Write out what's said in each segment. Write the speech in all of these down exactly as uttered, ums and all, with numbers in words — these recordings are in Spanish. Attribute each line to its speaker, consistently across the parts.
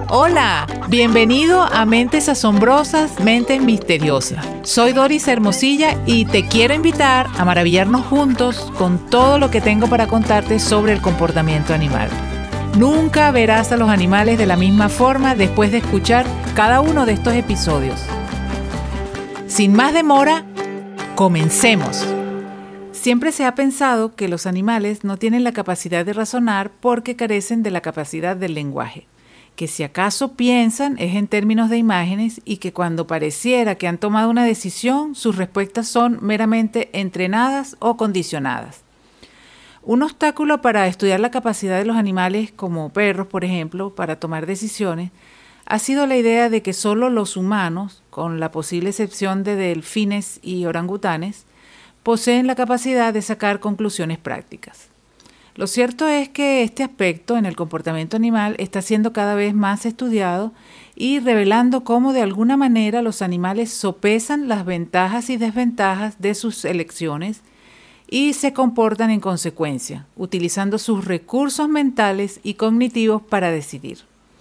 Speaker 1: Hola, bienvenido a Mentes Asombrosas, Mentes Misteriosas. Soy Doris Hermosilla y te quiero invitar a maravillarnos juntos con todo lo que tengo para contarte sobre el comportamiento animal. Nunca verás a los animales de la misma forma después de escuchar cada uno de estos episodios. Sin más demora, comencemos. Siempre se ha pensado que los animales no tienen la capacidad de razonar porque carecen de la capacidad del lenguaje, que si acaso piensan es en términos de imágenes y que cuando pareciera que han tomado una decisión, sus respuestas son meramente entrenadas o condicionadas. Un obstáculo para estudiar la capacidad de los animales, como perros, por ejemplo, para tomar decisiones, ha sido la idea de que solo los humanos, con la posible excepción de delfines y orangutanes, poseen la capacidad de sacar conclusiones prácticas. Lo cierto es que este aspecto en el comportamiento animal está siendo cada vez más estudiado y revelando cómo de alguna manera los animales sopesan las ventajas y desventajas de sus elecciones y se comportan en consecuencia, utilizando sus recursos mentales y cognitivos para decidir.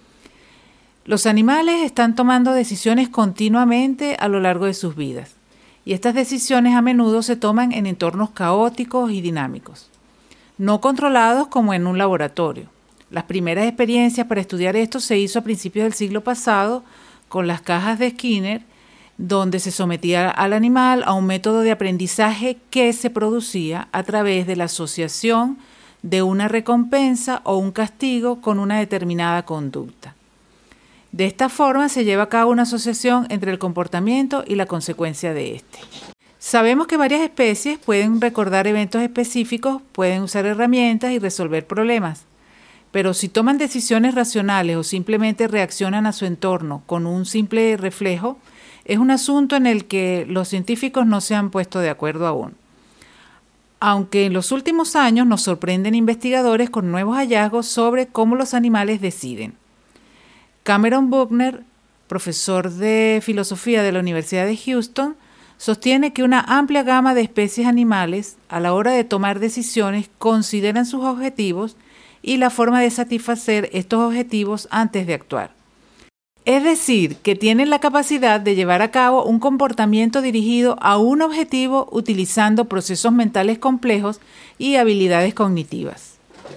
Speaker 1: Los animales están tomando decisiones continuamente a lo largo de sus vidas, y estas decisiones a menudo se toman en entornos caóticos y dinámicos, no controlados como en un laboratorio. Las primeras experiencias para estudiar esto se hizo a principios del siglo pasado con las cajas de Skinner, donde se sometía al animal a un método de aprendizaje que se producía a través de la asociación de una recompensa o un castigo con una determinada conducta. De esta forma se lleva a cabo una asociación entre el comportamiento y la consecuencia de este. Sabemos que varias especies pueden recordar eventos específicos, pueden usar herramientas y resolver problemas, pero si toman decisiones racionales o simplemente reaccionan a su entorno con un simple reflejo, es un asunto en el que los científicos no se han puesto de acuerdo aún. Aunque en los últimos años nos sorprenden investigadores con nuevos hallazgos sobre cómo los animales deciden. Cameron Buckner, profesor de filosofía de la Universidad de Houston, sostiene que una amplia gama de especies animales, a la hora de tomar decisiones, consideran sus objetivos y la forma de satisfacer estos objetivos antes de actuar. Es decir, que tienen la capacidad de llevar a cabo un comportamiento dirigido a un objetivo utilizando procesos mentales complejos y habilidades cognitivas.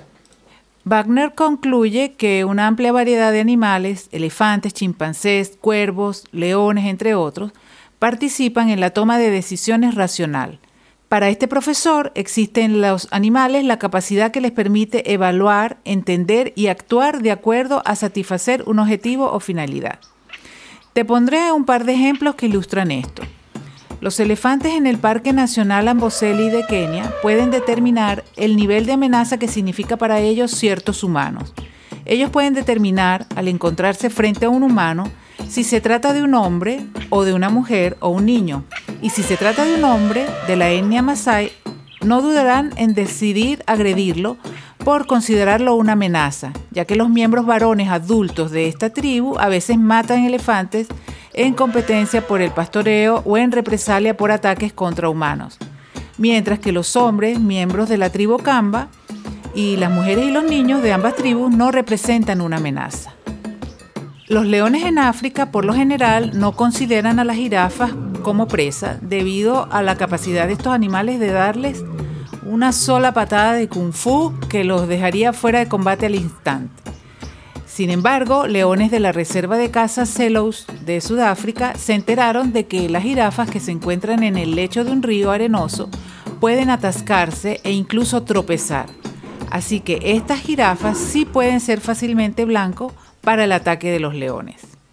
Speaker 1: Wagner concluye que una amplia variedad de animales, elefantes, chimpancés, cuervos, leones, entre otros, participan en la toma de decisiones racional. Para este profesor, existe en los animales la capacidad que les permite evaluar, entender y actuar de acuerdo a satisfacer un objetivo o finalidad. Te pondré un par de ejemplos que ilustran esto. Los elefantes en el Parque Nacional Amboseli de Kenia pueden determinar el nivel de amenaza que significa para ellos ciertos humanos. Ellos pueden determinar, al encontrarse frente a un humano, si se trata de un hombre o de una mujer o un niño. Y si se trata de un hombre de la etnia Masái, no dudarán en decidir agredirlo por considerarlo una amenaza, ya que los miembros varones adultos de esta tribu a veces matan elefantes en competencia por el pastoreo o en represalia por ataques contra humanos, mientras que los hombres, miembros de la tribu Kamba, y las mujeres y los niños de ambas tribus no representan una amenaza. Los leones en África, por lo general, no consideran a las jirafas como presa debido a la capacidad de estos animales de darles una sola patada de kung fu que los dejaría fuera de combate al instante. Sin embargo, leones de la reserva de caza Selous de Sudáfrica se enteraron de que las jirafas que se encuentran en el lecho de un río arenoso pueden atascarse e incluso tropezar. Así que estas jirafas sí pueden ser fácilmente blanco para el ataque de los leones.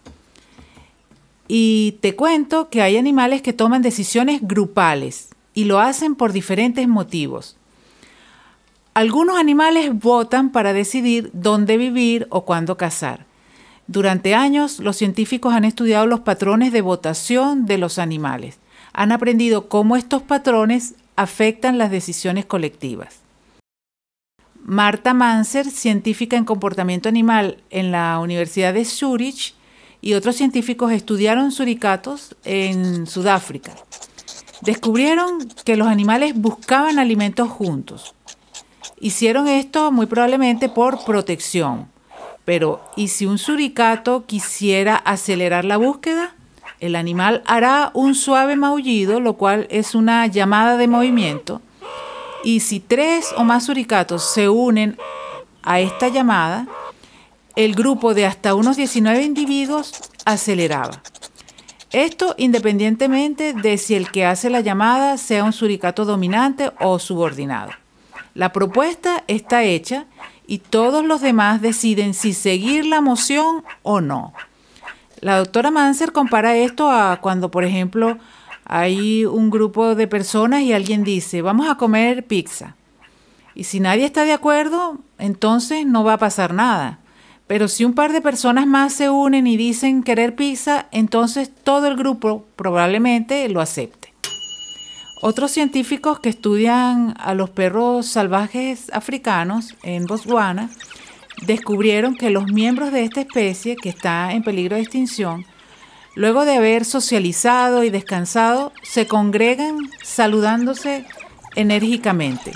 Speaker 1: Y te cuento que hay animales que toman decisiones grupales y lo hacen por diferentes motivos. Algunos animales votan para decidir dónde vivir o cuándo cazar. Durante años, los científicos han estudiado los patrones de votación de los animales. Han aprendido cómo estos patrones afectan las decisiones colectivas. Marta Manser, científica en comportamiento animal en la Universidad de Zúrich, y otros científicos estudiaron suricatos en Sudáfrica. Descubrieron que los animales buscaban alimentos juntos. Hicieron esto muy probablemente por protección, Pero, ¿y si un suricato quisiera acelerar la búsqueda? El animal hará un suave maullido, lo cual es una llamada de movimiento. Y si tres o más suricatos se unen a esta llamada, el grupo de hasta unos diecinueve individuos aceleraba. Esto independientemente de si el que hace la llamada sea un suricato dominante o subordinado. La propuesta está hecha y todos los demás deciden si seguir la moción o no. La doctora Manser compara esto a cuando, por ejemplo, hay un grupo de personas y alguien dice, vamos a comer pizza. Y si nadie está de acuerdo, entonces no va a pasar nada. Pero si un par de personas más se unen y dicen querer pizza, entonces todo el grupo probablemente lo acepte. Otros científicos que estudian a los perros salvajes africanos en Botswana descubrieron que los miembros de esta especie, que está en peligro de extinción, luego de haber socializado y descansado, se congregan saludándose enérgicamente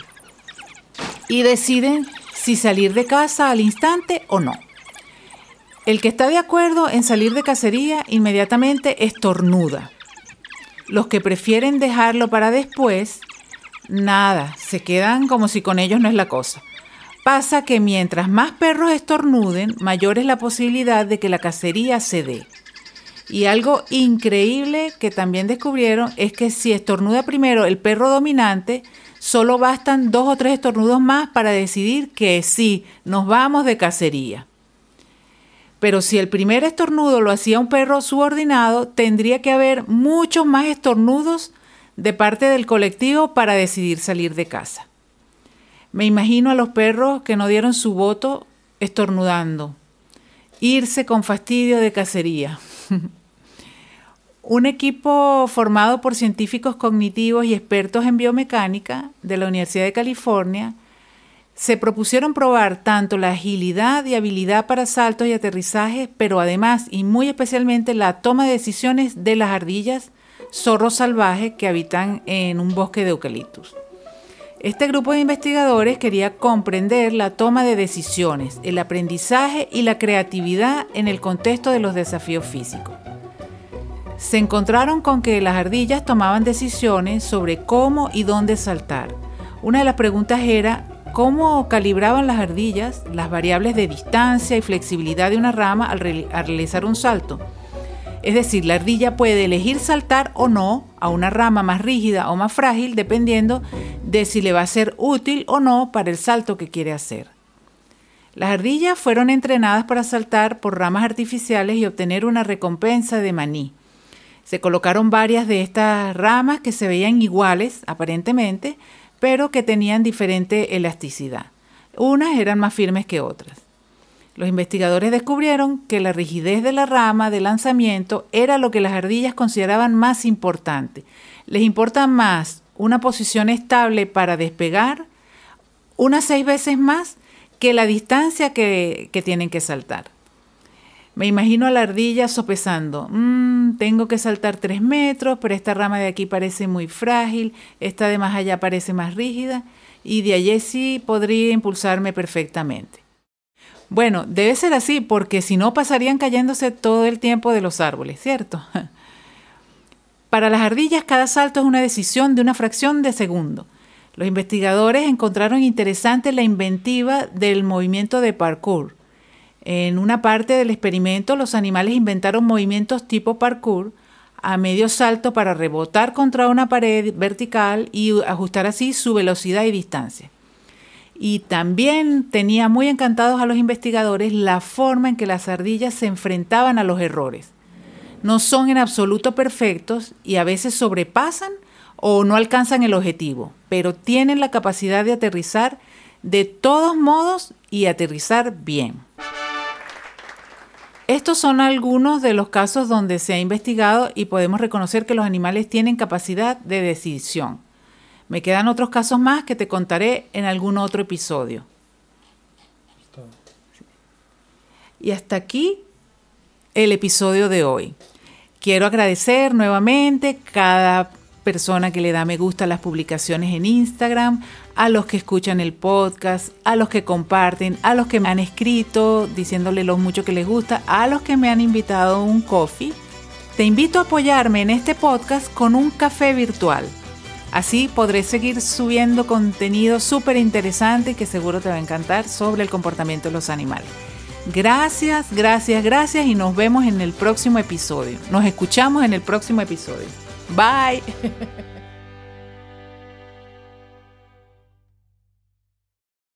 Speaker 1: y deciden si salir de caza al instante o no. El que está de acuerdo en salir de cacería inmediatamente estornuda. Los que prefieren dejarlo para después, nada, se quedan como si con ellos no es la cosa. Pasa que mientras más perros estornuden, mayor es la posibilidad de que la cacería se dé. Y algo increíble que también descubrieron es que si estornuda primero el perro dominante, solo bastan dos o tres estornudos más para decidir que sí, nos vamos de cacería. Pero si el primer estornudo lo hacía un perro subordinado, tendría que haber muchos más estornudos de parte del colectivo para decidir salir de caza. Me imagino a los perros que no dieron su voto estornudando. Irse con fastidio de cacería. Un equipo formado por científicos cognitivos y expertos en biomecánica de la Universidad de California se propusieron probar tanto la agilidad y habilidad para saltos y aterrizajes, pero además y muy especialmente la toma de decisiones de las ardillas zorros salvajes que habitan en un bosque de eucaliptus. Este grupo de investigadores quería comprender la toma de decisiones, el aprendizaje y la creatividad en el contexto de los desafíos físicos. Se encontraron con que las ardillas tomaban decisiones sobre cómo y dónde saltar. Una de las preguntas era cómo calibraban las ardillas las variables de distancia y flexibilidad de una rama al, re- al realizar un salto. Es decir, la ardilla puede elegir saltar o no a una rama más rígida o más frágil dependiendo de si le va a ser útil o no para el salto que quiere hacer. Las ardillas fueron entrenadas para saltar por ramas artificiales y obtener una recompensa de maní. Se colocaron varias de estas ramas que se veían iguales, aparentemente, pero que tenían diferente elasticidad. Unas eran más firmes que otras. Los investigadores descubrieron que la rigidez de la rama de lanzamiento era lo que las ardillas consideraban más importante. Les importa más una posición estable para despegar unas seis veces más que la distancia que, que tienen que saltar. Me imagino a la ardilla sopesando. Mmm, tengo que saltar tres metros, pero esta rama de aquí parece muy frágil, esta de más allá parece más rígida y de allí sí podría impulsarme perfectamente. Bueno, debe ser así porque si no pasarían cayéndose todo el tiempo de los árboles, ¿cierto? Para las ardillas cada salto es una decisión de una fracción de segundo. Los investigadores encontraron interesante la inventiva del movimiento de parkour. En una parte del experimento, los animales inventaron movimientos tipo parkour a medio salto para rebotar contra una pared vertical y ajustar así su velocidad y distancia. Y también tenía muy encantados a los investigadores la forma en que las ardillas se enfrentaban a los errores. No son en absoluto perfectos y a veces sobrepasan o no alcanzan el objetivo, pero tienen la capacidad de aterrizar de todos modos y aterrizar bien. Estos son algunos de los casos donde se ha investigado y podemos reconocer que los animales tienen capacidad de decisión. Me quedan otros casos más que te contaré en algún otro episodio. Y hasta aquí el episodio de hoy. Quiero agradecer nuevamente cada persona que le da me gusta a las publicaciones en Instagram, a los que escuchan el podcast, a los que comparten, a los que me han escrito diciéndole lo mucho que les gusta, a los que me han invitado a un coffee. Te invito a apoyarme en este podcast con un café virtual. Así podré seguir subiendo contenido súper interesante y que seguro te va a encantar sobre el comportamiento de los animales. Gracias, gracias, gracias y nos vemos en el próximo episodio. Nos escuchamos en el próximo episodio. Bye.